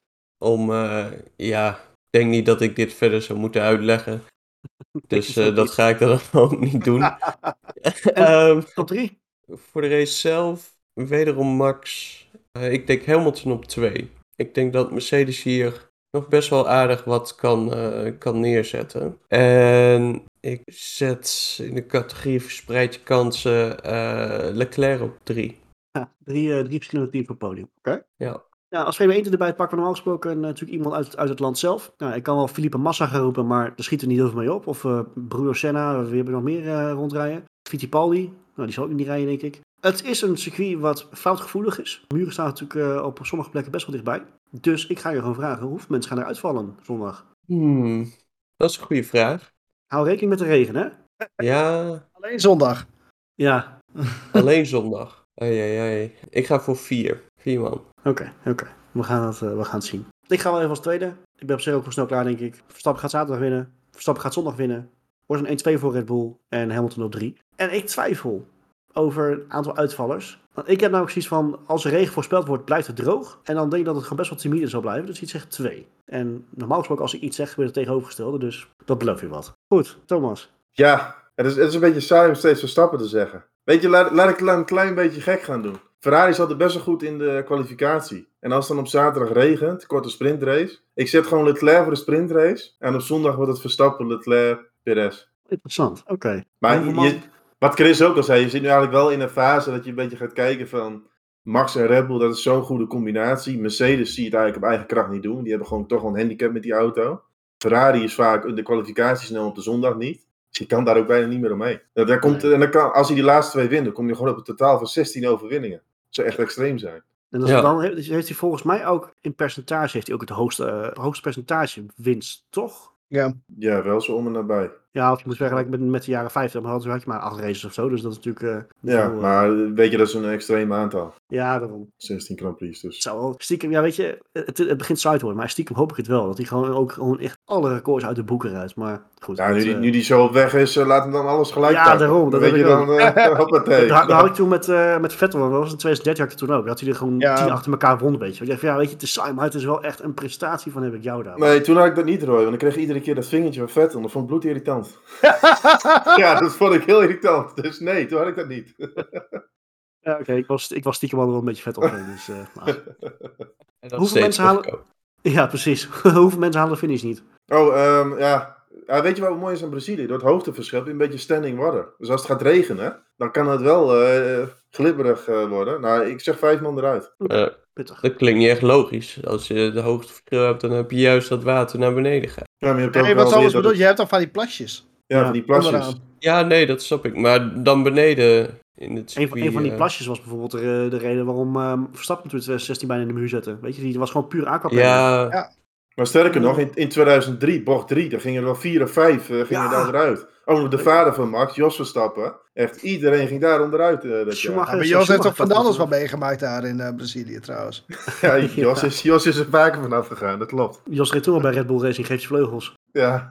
Ik denk niet dat ik dit verder zou moeten uitleggen. Dus dat ga ik dan ook niet doen. Top 3? Voor de race zelf, wederom Max. Ik denk Hamilton op 2. Ik denk dat Mercedes hier nog best wel aardig wat kan neerzetten. En ik zet in de categorie verspreid je kansen Leclerc op 3. Ja, drie verschillende teams op het podium. Oké. Ja. Ja, als Formule 1 erbij pakken we normaal gesproken natuurlijk iemand uit het land zelf. Ik kan wel Felipe Massa gaan roepen, maar daar schiet er niet heel veel mee op. Of Bruno Senna, we hebben nog meer rondrijden. Fittipaldi, die zal ook niet rijden, denk ik. Het is een circuit wat foutgevoelig is. De muren staan natuurlijk op sommige plekken best wel dichtbij. Dus ik ga je gewoon vragen, hoeveel mensen gaan er uitvallen zondag? Dat is een goede vraag. Hou rekening met de regen, hè? Ja. Alleen zondag. Ja. Alleen zondag. Ai. Ik ga voor 4. 4 man. Oké. We gaan het zien. Ik ga wel even als tweede. Ik ben op zich ook wel snel klaar, denk ik. Verstappen gaat zaterdag winnen. Verstappen gaat zondag winnen. Wordt een 1-2 voor Red Bull. En Hamilton op 3. En ik twijfel over een aantal uitvallers. Want ik heb nou zoiets van, als er regen voorspeld wordt, blijft het droog. En dan denk ik dat het gewoon best wel timide zal blijven. Dus ik zeg 2. En normaal gesproken, als ik iets zeg, gebeurt het tegenovergestelde. Dus dat beloof je wat. Goed, Thomas. Ja, het is een beetje saai om steeds Verstappen te zeggen. Weet je, laat ik een klein beetje gek gaan doen. Ferrari zat er best wel goed in de kwalificatie. En als het dan op zaterdag regent, korte sprintrace. Ik zet gewoon Leclerc voor de sprintrace. En op zondag wordt het Verstappen, Leclerc, Perez. Interessant, oké. Maar wat Chris ook al zei, je zit nu eigenlijk wel in een fase dat je een beetje gaat kijken van Max en Red Bull, dat is zo'n goede combinatie. Mercedes zie je het eigenlijk op eigen kracht niet doen. Die hebben gewoon toch wel een handicap met die auto. Ferrari is vaak in de kwalificatie snel, op de zondag niet. Dus je kan daar ook bijna niet meer omheen. Daar komt, Nee. en dan als hij die laatste 2 wint, dan kom je gewoon op een totaal van 16 overwinningen. Dat zou echt extreem zijn. En dan heeft hij volgens mij ook in percentage heeft hij ook het hoogste percentage winst, toch? Ja, wel zo om en nabij. Ja, of je moet vergelijken met de jaren 50, maar had je maar 8 races of zo, dus dat is natuurlijk... Ja, maar weet je, dat is een extreem aantal. Ja, daarom. 16 Grand Prix, dus. Het zou wel stiekem, ja weet je, het begint saai te worden, maar stiekem hoop ik het wel. Dat hij gewoon echt alle records uit de boeken rijdt, maar goed. Ja, nu die zo op weg is, laat hem dan alles gelijk pakken. Daarom. Dat weet heb je ik dan, hoppatee. Dat had ik toen met Vettel, dat was in 2013 had ik het toen ook. Dat hij er gewoon 10 achter elkaar won, weet je. Ik dacht van, weet je, het is saai, maar het is wel echt een prestatie van heb ik jou daar. Nee, toen had ik dat niet, Roy, want ik kreeg iedere keer dat vingertje van Vettel. Dat vond ik bloedirritant. Ja, dat vond ik heel irritant. Dus nee, toen had ik dat niet. Ja, oké, ik was stiekem al wel een beetje vet op. Dus, Hoeveel mensen halen... Ja, precies. Hoeveel mensen halen de finish niet? Ja, weet je wat mooi is aan Brazilië? Door het hoogteverschil heb je een beetje standing water. Dus als het gaat regenen, dan kan het wel glibberig worden. Nou, ik zeg 5 man eruit. Dat klinkt niet echt logisch. Als je de hoogteverschil hebt, dan heb je juist dat water naar beneden gaat. Ja, maar je hebt ook wat anders bedoel je? Je hebt dan van die plasjes. Ja, van die plasjes. Onderaan. Ja, nee, dat snap ik. Maar dan beneden in het circuit... Een van die plasjes was bijvoorbeeld de reden waarom Verstappen toen 2016 bijna in de muur zette. Weet je, die was gewoon puur aquaplaning. Ja. Maar sterker nog, in 2003, bocht 3, daar gingen er wel 4 of 5 gingen daar eruit. Ook de vader van Max, Jos Verstappen. Echt, iedereen ging daar onderuit dat jaar. Maar Jos heeft toch van alles wat meegemaakt daar in Brazilië trouwens. Ja, Jos is er vaker vanaf gegaan, dat klopt. Jos reed toen al bij Red Bull Racing, geeft je vleugels. Ja.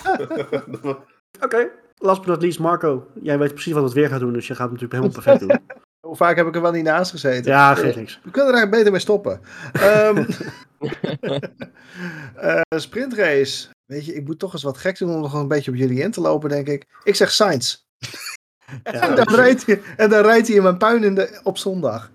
Oké, last but not least, Marco. Jij weet precies wat het weer gaat doen, dus je gaat het natuurlijk helemaal perfect doen. Hoe vaak heb ik er wel niet naast gezeten? Ja, geeft niks. We kunnen er eigenlijk beter mee stoppen. Sprintrace. Weet je, ik moet toch eens wat gek doen om nog een beetje op jullie in te lopen, denk ik. Ik zeg Sainz. En dan rijdt hij in mijn puin op zondag.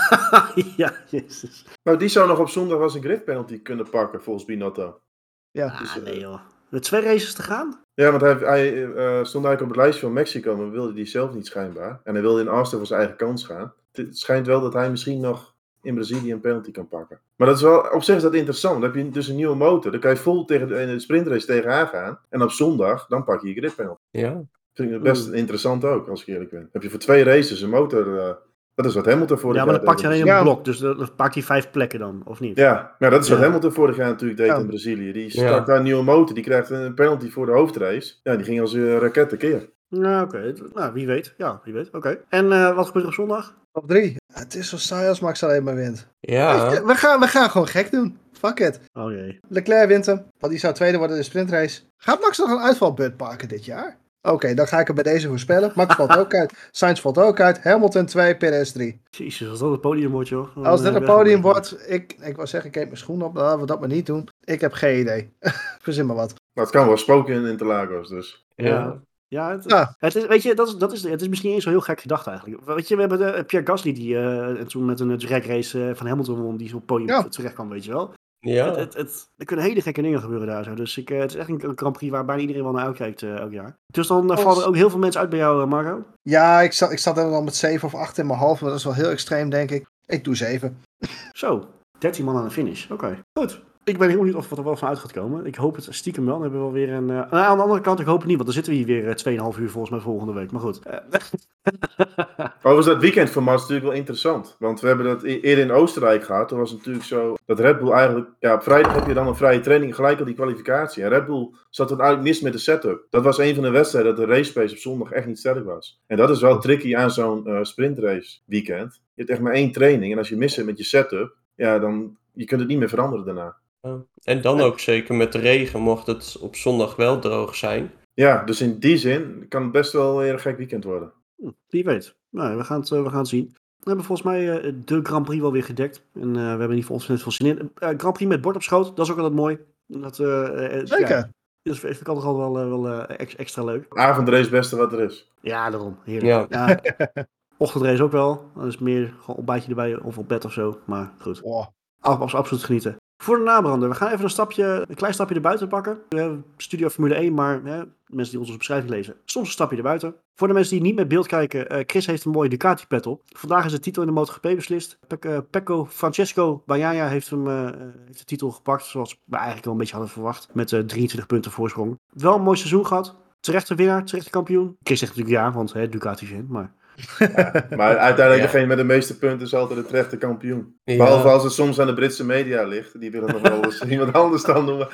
Ja, jezus. Nou, die zou nog op zondag als een grid penalty kunnen pakken, volgens Binotto. Ja. Nee joh. Met 2 races te gaan? Ja, want hij stond eigenlijk op het lijstje van Mexico, maar wilde die zelf niet schijnbaar. En hij wilde in Austin voor zijn eigen kans gaan. Het schijnt wel dat hij misschien nog in Brazilië een penalty kan pakken. Maar dat is wel, op zich is dat interessant. Dan heb je dus een nieuwe motor. Dan kan je vol in de sprintrace tegenaan gaan. En op zondag, dan pak je je grid penalty. Ja. Vind ik best interessant ook, als ik eerlijk ben. Heb je voor 2 races een motor... dat is wat Hamilton vorig jaar deed. Ja, maar dan pak je alleen een Ja. blok. Dus dan pakt hij 5 plekken dan, of niet? Ja, maar dat is wat Ja. Hamilton vorig jaar natuurlijk deed in Brazilië. Die start daar een nieuwe motor. Die krijgt een penalty voor de hoofdrace. Ja, die ging als een raket tekeer. Nou, oké. Nou, wie weet. Ja, wie weet. Oké. En wat gebeurt er op zondag? Op 3. Het is zo saai als Max alleen maar wint. Ja. Weet je, we gaan gewoon gek doen. Fuck it. Oh jee. Leclerc wint hem. Want die zou tweede worden in de sprintrace. Gaat Max nog een uitvalbeurt pakken dit jaar? Oké, dan ga ik er bij deze voorspellen. Max valt ook uit. Sainz valt ook uit. Hamilton 2, Perez 3. Jezus, als dat het podium wordt, joh. Als dit een podium wordt, ik wou zeggen, ik eet mijn schoen op. Dan laten we dat maar niet doen. Ik heb geen idee. Verzin maar wat. Maar het kan wel spoken in Interlagos, dus. Ja. Ja, het is, weet je, het is misschien eens zo heel gek gedacht eigenlijk. Weet je, we hebben Pierre Gasly die toen met een drag race van Hamilton won, die zo op het podium terecht kwam, weet je wel. Ja. Er kunnen hele gekke dingen gebeuren daar zo. Dus het is echt een Grand Prix waar bijna iedereen wel naar uitkijkt elk jaar. Dus dan vallen er ook heel veel mensen uit bij jou, Marco. Ja, ik zat er wel met 7 of 8 in mijn half. Maar dat is wel heel extreem, denk ik. Ik doe 7. Zo, 13 man aan de finish. Oké, goed. Ik ben heel benieuwd of wat er wel van uit gaat komen. Ik hoop het stiekem wel. Dan hebben we wel weer een... aan de andere kant, ik hoop het niet, want dan zitten we hier weer 2,5 uur volgens mij volgende week. Maar goed. Overigens, dat weekend voor Max is natuurlijk wel interessant. Want we hebben dat eerder in Oostenrijk gehad. Toen was het natuurlijk zo dat Red Bull eigenlijk... Ja, op vrijdag heb je dan een vrije training, gelijk al die kwalificatie. En Red Bull zat dan eigenlijk mis met de setup. Dat was een van de wedstrijden dat de race pace op zondag echt niet sterk was. En dat is wel tricky aan zo'n sprintrace weekend. Je hebt echt maar 1 training. En als je mist met je setup, ja, dan... Je kunt het niet meer veranderen daarna. En dan ook zeker met de regen, mocht het op zondag wel droog zijn. Ja, dus in die zin kan het best wel weer een gek weekend worden. Wie weet. Nou, we gaan het zien. We hebben volgens mij de Grand Prix wel weer gedekt. En we hebben in ieder geval ontzettend veel zin in. Grand Prix met bord op schoot, dat is ook altijd mooi. Dat, Zeker. Ja, dat vind ik altijd wel extra leuk. Avondrace is het beste wat er is. Ja, daarom. Heerlijk. Ja. Ochtendrace ook wel. Dat is meer gewoon ontbijtje erbij of op bed of zo. Maar goed. Oh. Absoluut genieten. Voor de nabrander, we gaan even een klein stapje erbuiten pakken. We hebben Studio Formule 1, maar mensen die onze beschrijving lezen, soms een stapje erbuiten. Voor de mensen die niet met beeld kijken, Chris heeft een mooie Ducati pet op. Vandaag is de titel in de MotoGP beslist. Pecco Francesco Bagnaia heeft de titel gepakt, zoals we eigenlijk wel een beetje hadden verwacht. Met 23 punten voorsprong. Wel een mooi seizoen gehad. Terechte winnaar, terechte kampioen. Chris zegt natuurlijk ja, want Ducati vindt, maar... Ja, maar uiteindelijk degene met de meeste punten is altijd de terechte kampioen. Ja. Behalve als het soms aan de Britse media ligt. Die willen nog wel eens iemand anders dan noemen.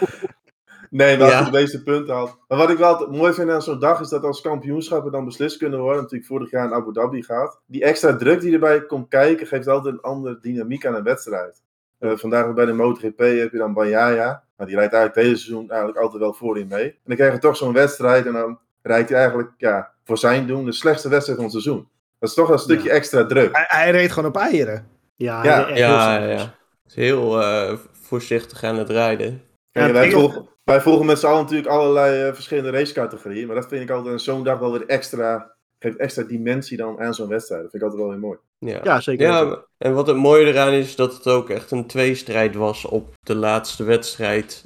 Nee, maar als je de meeste punten haalt. Maar wat ik wel mooi vind aan zo'n dag is dat als kampioenschappen dan beslist kunnen worden. Natuurlijk vorig jaar in Abu Dhabi gaat. Die extra druk die erbij komt kijken geeft altijd een andere dynamiek aan een wedstrijd. Vandaag bij de MotoGP heb je dan Bagnaia. Nou, die rijdt eigenlijk het hele seizoen eigenlijk altijd wel voorin mee. En dan krijg je toch zo'n wedstrijd en dan rijdt hij eigenlijk voor zijn doen de slechtste wedstrijd van het seizoen. Dat is toch een stukje extra druk. Hij reed gewoon op eieren. Ja. Het is heel voorzichtig aan het rijden. Kijk, wij volgen met z'n allen natuurlijk allerlei verschillende racecategorieën. Maar dat vind ik altijd zo'n dag wel weer geeft extra dimensie dan aan zo'n wedstrijd. Dat vind ik altijd wel heel mooi. Ja, zeker. Ja, en wat het mooie eraan is dat het ook echt een tweestrijd was op de laatste wedstrijd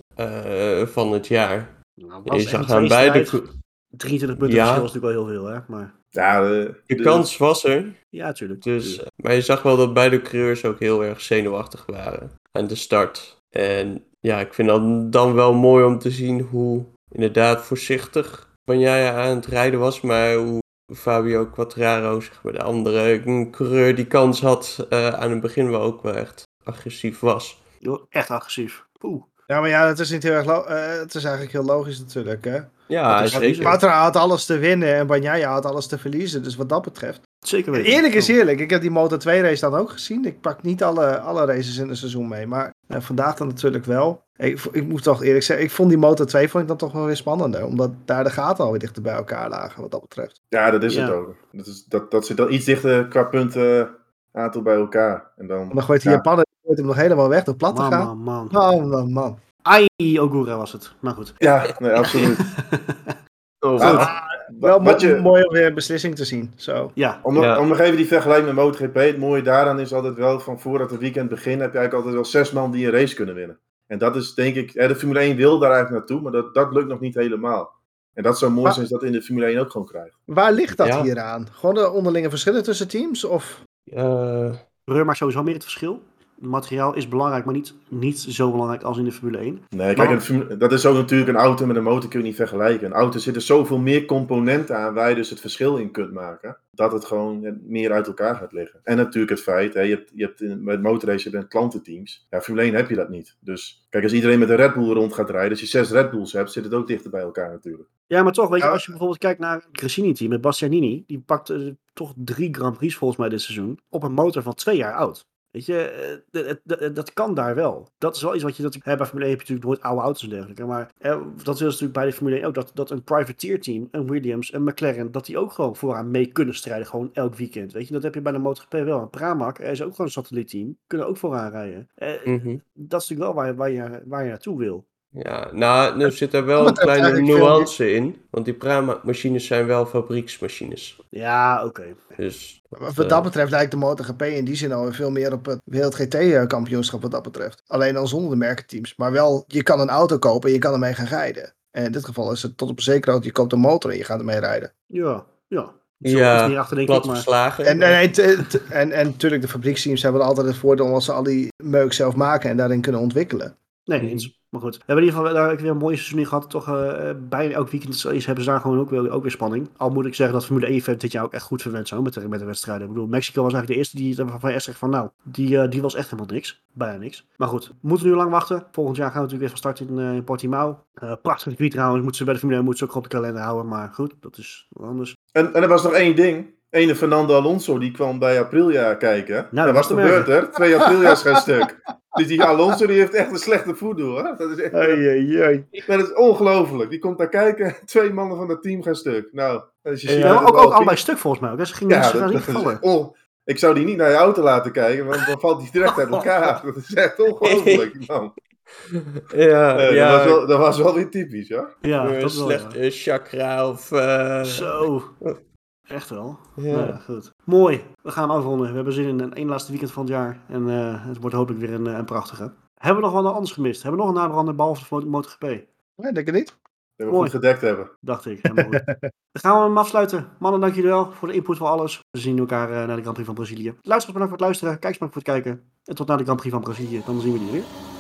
van het jaar. Nou, je zag aan beide... 23 punten verschil was natuurlijk wel heel veel, hè? Maar... Ja, de kans was er. Ja, tuurlijk. Dus, maar je zag wel dat beide coureurs ook heel erg zenuwachtig waren aan de start. En ja, ik vind dat dan wel mooi om te zien hoe inderdaad voorzichtig Bagnaia aan het rijden was. Maar hoe Fabio Quartararo, zeg maar, de andere coureur die kans had aan het begin wel ook wel echt agressief was. Echt agressief. Oeh. Ja, maar ja, het is niet heel erg het is eigenlijk heel logisch natuurlijk, hè? Ja, zeker. Quartararo had alles te winnen en Bagnaia had alles te verliezen. Dus wat dat betreft. Zeker weten. Eerlijk is eerlijk. Ik heb die Moto2 race dan ook gezien. Ik pak niet alle races in het seizoen mee. Maar vandaag dan natuurlijk wel. Ik moet toch eerlijk zeggen. Ik vond die Moto2 dan toch wel weer spannender. Omdat daar de gaten alweer dichter bij elkaar lagen wat dat betreft. Ja, dat is het ook. Dat zit dan iets dichter qua punten aantal bij elkaar. En dan gooit die Japaner hem nog helemaal weg door plat te gaan. Man. Ai, Ogura was het. Maar goed. Ja, nee, absoluut. Wel mooi om weer een beslissing te zien. Zo. Ja. Om nog even die vergelijking met MotoGP. Het mooie daaraan is altijd wel van voordat het weekend begint heb je eigenlijk altijd wel 6 man die een race kunnen winnen. En dat is denk ik, de Formule 1 wil daar eigenlijk naartoe, maar dat lukt nog niet helemaal. En dat zou mooi zijn als dat in de Formule 1 ook gewoon krijgt. Waar ligt dat hier aan? Gewoon de onderlinge verschillen tussen teams? Of? Reur maakt sowieso meer het verschil. Materiaal is belangrijk, maar niet zo belangrijk als in de Formule 1. Nee, kijk, dat is ook natuurlijk een auto met een motor kun je niet vergelijken. Een auto zitten zoveel meer componenten aan waar je dus het verschil in kunt maken. Dat het gewoon meer uit elkaar gaat liggen. En natuurlijk het feit, je hebt met motorrace je bent klantenteams. Ja, Formule 1 heb je dat niet. Dus kijk, als iedereen met een Red Bull rond gaat rijden, als je 6 Red Bulls hebt, zit het ook dichter bij elkaar natuurlijk. Ja, maar toch, weet je, als je bijvoorbeeld kijkt naar het Gresini-team met Bastianini, die pakt toch 3 Grand Prix volgens mij dit seizoen op een motor van 2 jaar oud. Weet je, dat kan daar wel. Dat is wel iets wat je natuurlijk... Bij Formule 1 heb je natuurlijk nooit oude auto's en dergelijke. Maar dat is natuurlijk bij de Formule 1 ook. Dat een privateer team, een Williams, een McLaren... dat die ook gewoon vooraan mee kunnen strijden. Gewoon elk weekend. Weet je, dat heb je bij de MotoGP wel. Een Pramac is ook gewoon een satellietteam. Kunnen ook vooraan rijden. Dat is natuurlijk wel waar je naartoe wil. Ja, nou, er zit er wel een kleine nuance in. Want die Pramac-machines zijn wel fabrieksmachines. Ja, oké. Dus, wat dat betreft lijkt de MotoGP in die zin al veel meer op het Wereld GT-kampioenschap wat dat betreft. Alleen dan zonder de merkenteams. Maar wel, je kan een auto kopen en je kan ermee gaan rijden. En in dit geval is het tot op een zekere hoogte, je koopt een motor en je gaat ermee rijden. Ja. Ja, plat geslagen. En natuurlijk, de fabrieksteams hebben altijd het voordeel als ze al die meuk zelf maken en daarin kunnen ontwikkelen. Nee, eens. Maar goed. We hebben in ieder geval daar weer een mooie seizoen in gehad. Toch bijna elk weekend hebben ze daar gewoon ook weer spanning. Al moet ik zeggen dat Formule 1 dit jaar ook echt goed verwend zijn met de wedstrijden. Ik bedoel, Mexico was eigenlijk de eerste die van echt zegt van nou, die was echt helemaal niks. Bijna niks. Maar goed, moeten we nu lang wachten. Volgend jaar gaan we natuurlijk weer van start in Portimao. Prachtig circuit trouwens. Moeten ze bij de Formule 1 ook op de kalender houden. Maar goed, dat is wat anders. En er was nog één ding. Ene Fernando Alonso, die kwam bij Aprilia kijken. Nou, wat gebeurt er? 2 Aprilia's gaan stuk. Dus die Alonso die heeft echt een slechte voetdoel. Hè? Dat is echt... Maar dat is ongelooflijk. Die komt daar kijken. 2 mannen van het team gaan stuk. Nou, als je ziet ook allebei stuk volgens mij. Dus ze gingen niet vallen. Ik zou die niet naar je auto laten kijken, want dan valt die direct uit elkaar. Dat is echt ongelooflijk, man. Dat was wel weer typisch, ja? Ja, dat is wel, slecht chakra of... Zo... Echt wel. Ja, goed. Mooi. We gaan hem afronden. We hebben zin in een laatste weekend van het jaar. En het wordt hopelijk weer een prachtige. Hebben we nog wat anders gemist? Hebben we nog een nabrander behalve de MotoGP? Nee, denk ik niet. Dat we goed gedekt hebben. Dacht ik. Helemaal goed. Dan gaan we hem afsluiten. Mannen, dank jullie wel voor de input voor alles. We zien elkaar naar de Grand Prix van Brazilië. Luisteraars, bedankt voor het luisteren. Kijkers, bedankt voor het kijken. En tot na de Grand Prix van Brazilië. Dan zien we jullie weer.